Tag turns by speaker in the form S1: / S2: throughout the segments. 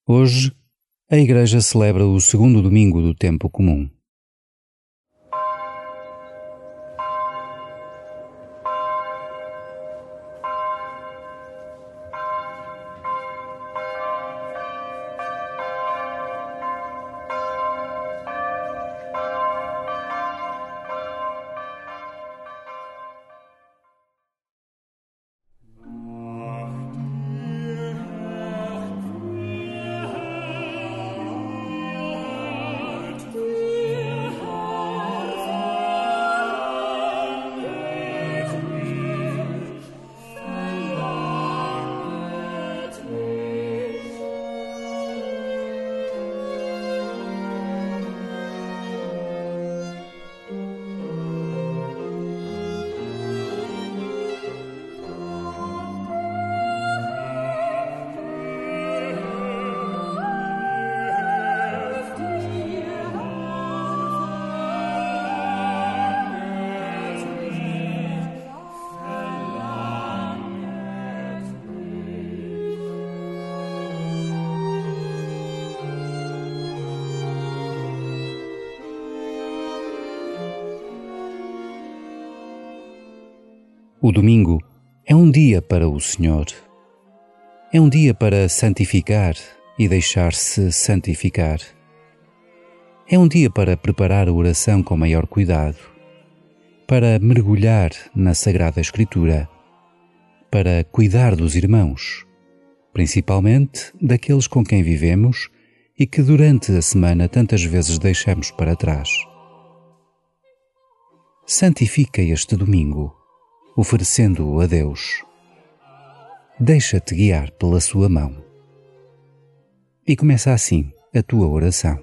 S1: Hoje, a Igreja celebra o segundo domingo do tempo comum. O domingo é um dia para o Senhor. É um dia para santificar e deixar-se santificar. É um dia para preparar a oração com maior cuidado, para mergulhar na Sagrada Escritura, para cuidar dos irmãos, principalmente daqueles com quem vivemos e que durante a semana tantas vezes deixamos para trás. Santifica este domingo, oferecendo-o a Deus. Deixa-te guiar pela sua mão. E começa assim a tua oração.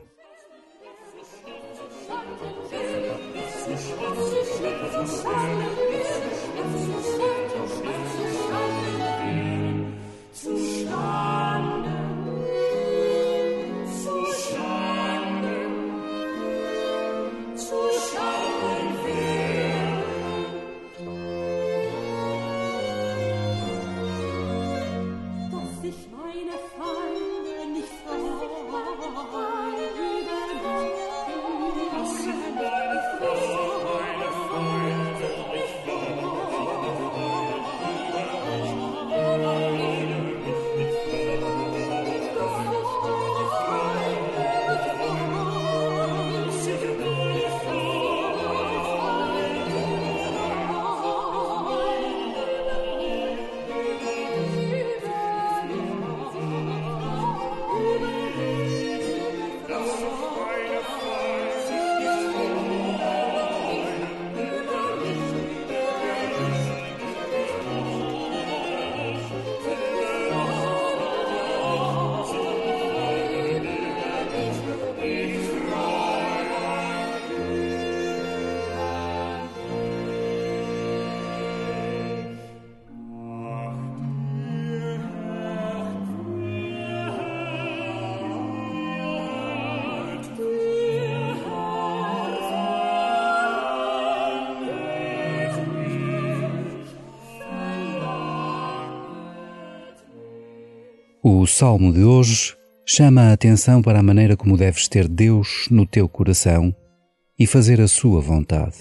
S1: O Salmo de hoje chama a atenção para a maneira como deves ter Deus no teu coração e fazer a sua vontade.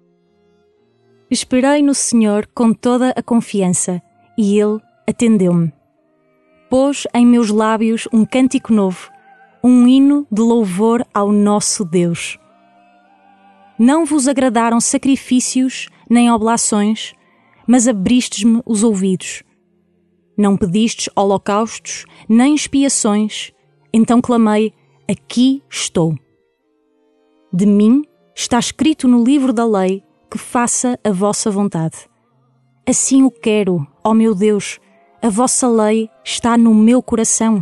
S2: Esperei no Senhor com toda a confiança, e Ele atendeu-me. Pôs em meus lábios um cântico novo, um hino de louvor ao nosso Deus. Não vos agradaram sacrifícios nem oblações, mas abristes-me os ouvidos. Não pedistes holocaustos, nem expiações, então clamei, aqui estou. De mim está escrito no livro da lei que faça a vossa vontade. Assim o quero, ó meu Deus, a vossa lei está no meu coração.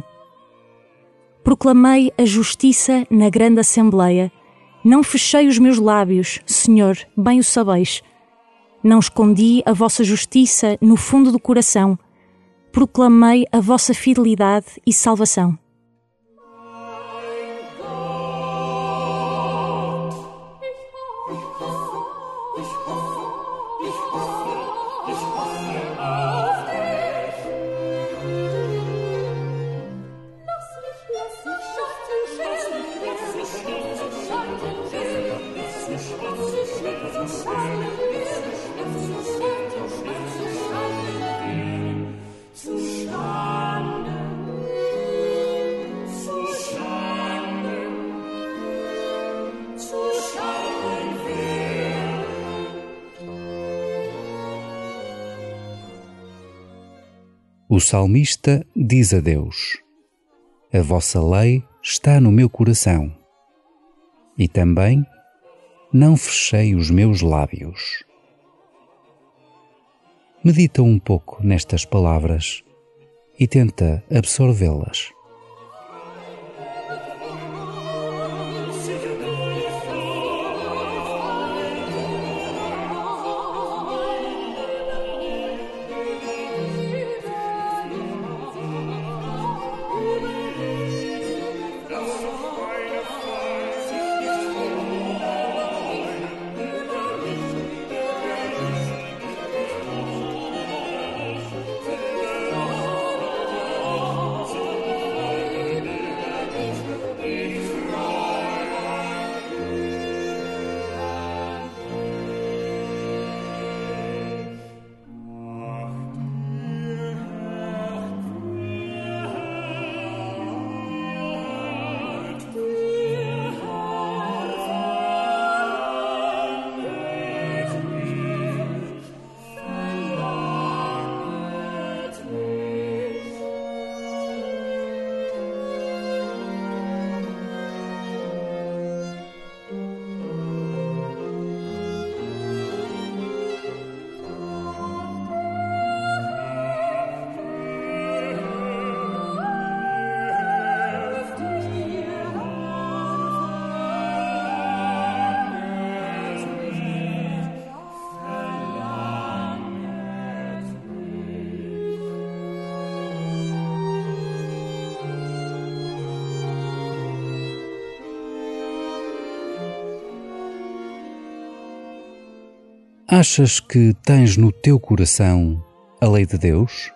S2: Proclamei a justiça na grande assembleia, não fechei os meus lábios, Senhor, bem o sabeis. Não escondi a vossa justiça no fundo do coração, proclamei a vossa fidelidade e salvação.
S1: O salmista diz a Deus: a vossa lei está no meu coração. E também, não fechei os meus lábios. Medita um pouco nestas palavras e tenta absorvê-las. Achas que tens no teu coração a lei de Deus?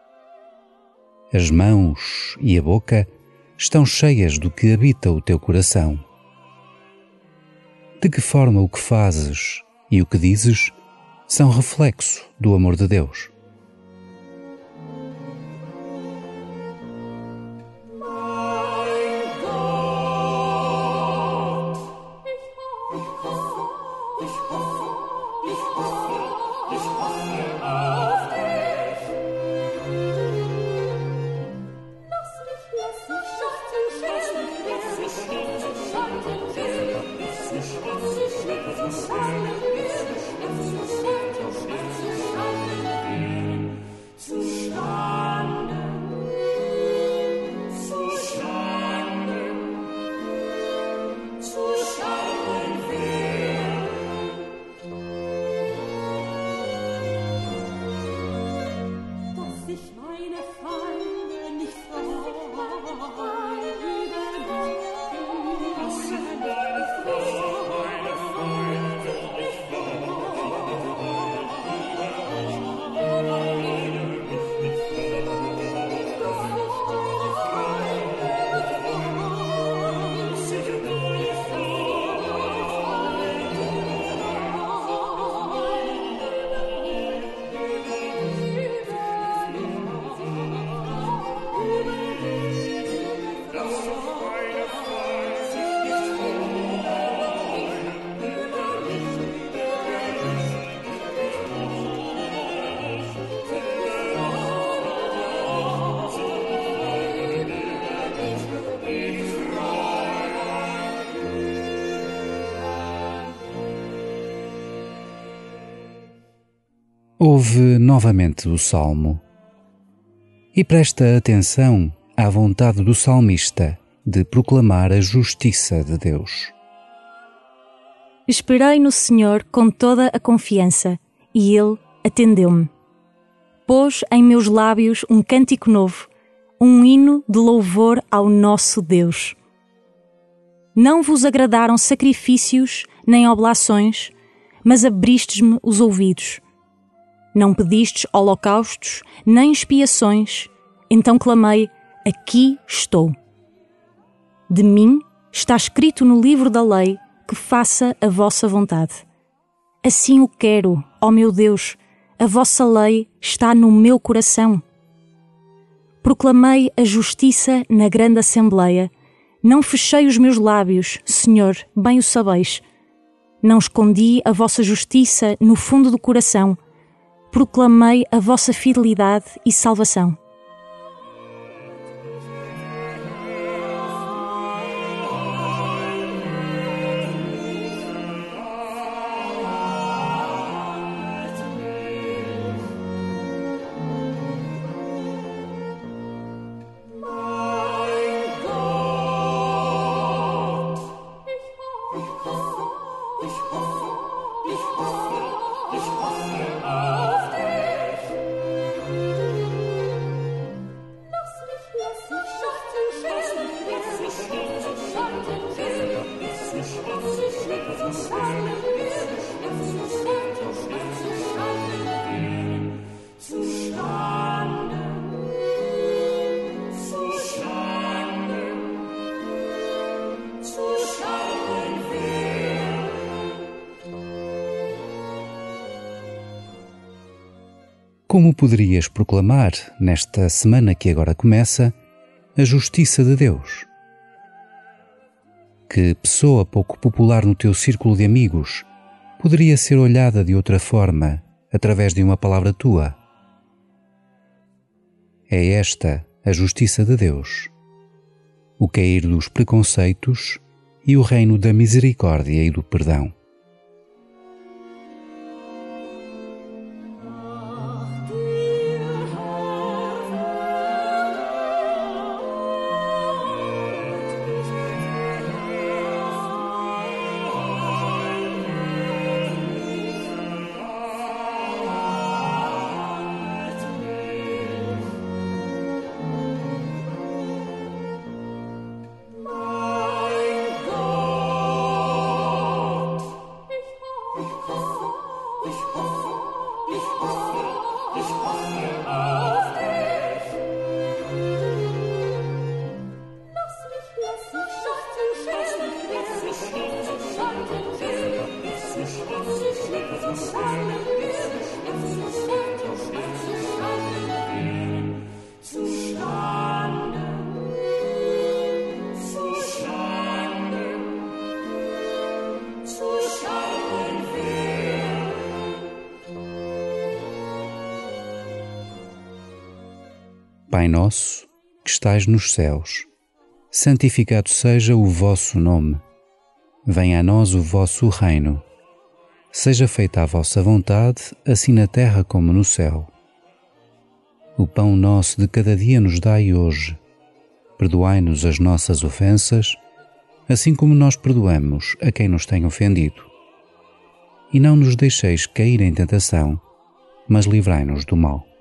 S1: As mãos e a boca estão cheias do que habita o teu coração. De que forma o que fazes e o que dizes são reflexo do amor de Deus? Ouve novamente o Salmo e presta atenção à vontade do salmista de proclamar a justiça de Deus.
S2: Esperei no Senhor com toda a confiança, e Ele atendeu-me. Pôs em meus lábios um cântico novo, um hino de louvor ao nosso Deus. Não vos agradaram sacrifícios nem oblações, mas abristes-me os ouvidos. Não pedistes holocaustos, nem expiações, então clamei: aqui estou. De mim está escrito no livro da lei que faça a vossa vontade. Assim o quero, ó meu Deus, a vossa lei está no meu coração. Proclamei a justiça na grande assembleia, não fechei os meus lábios, Senhor, bem o sabeis. Não escondi a vossa justiça no fundo do coração, proclamei a vossa fidelidade e salvação.
S1: Como poderias proclamar, nesta semana que agora começa, a justiça de Deus? Que pessoa pouco popular no teu círculo de amigos poderia ser olhada de outra forma, através de uma palavra tua? É esta a justiça de Deus, o cair dos preconceitos e o reino da misericórdia e do perdão. Pai nosso, que estais nos céus, santificado seja o vosso nome. Venha a nós o vosso reino. Seja feita a vossa vontade, assim na terra como no céu. O pão nosso de cada dia nos dai hoje. Perdoai-nos as nossas ofensas, assim como nós perdoamos a quem nos tem ofendido. E não nos deixeis cair em tentação, mas livrai-nos do mal.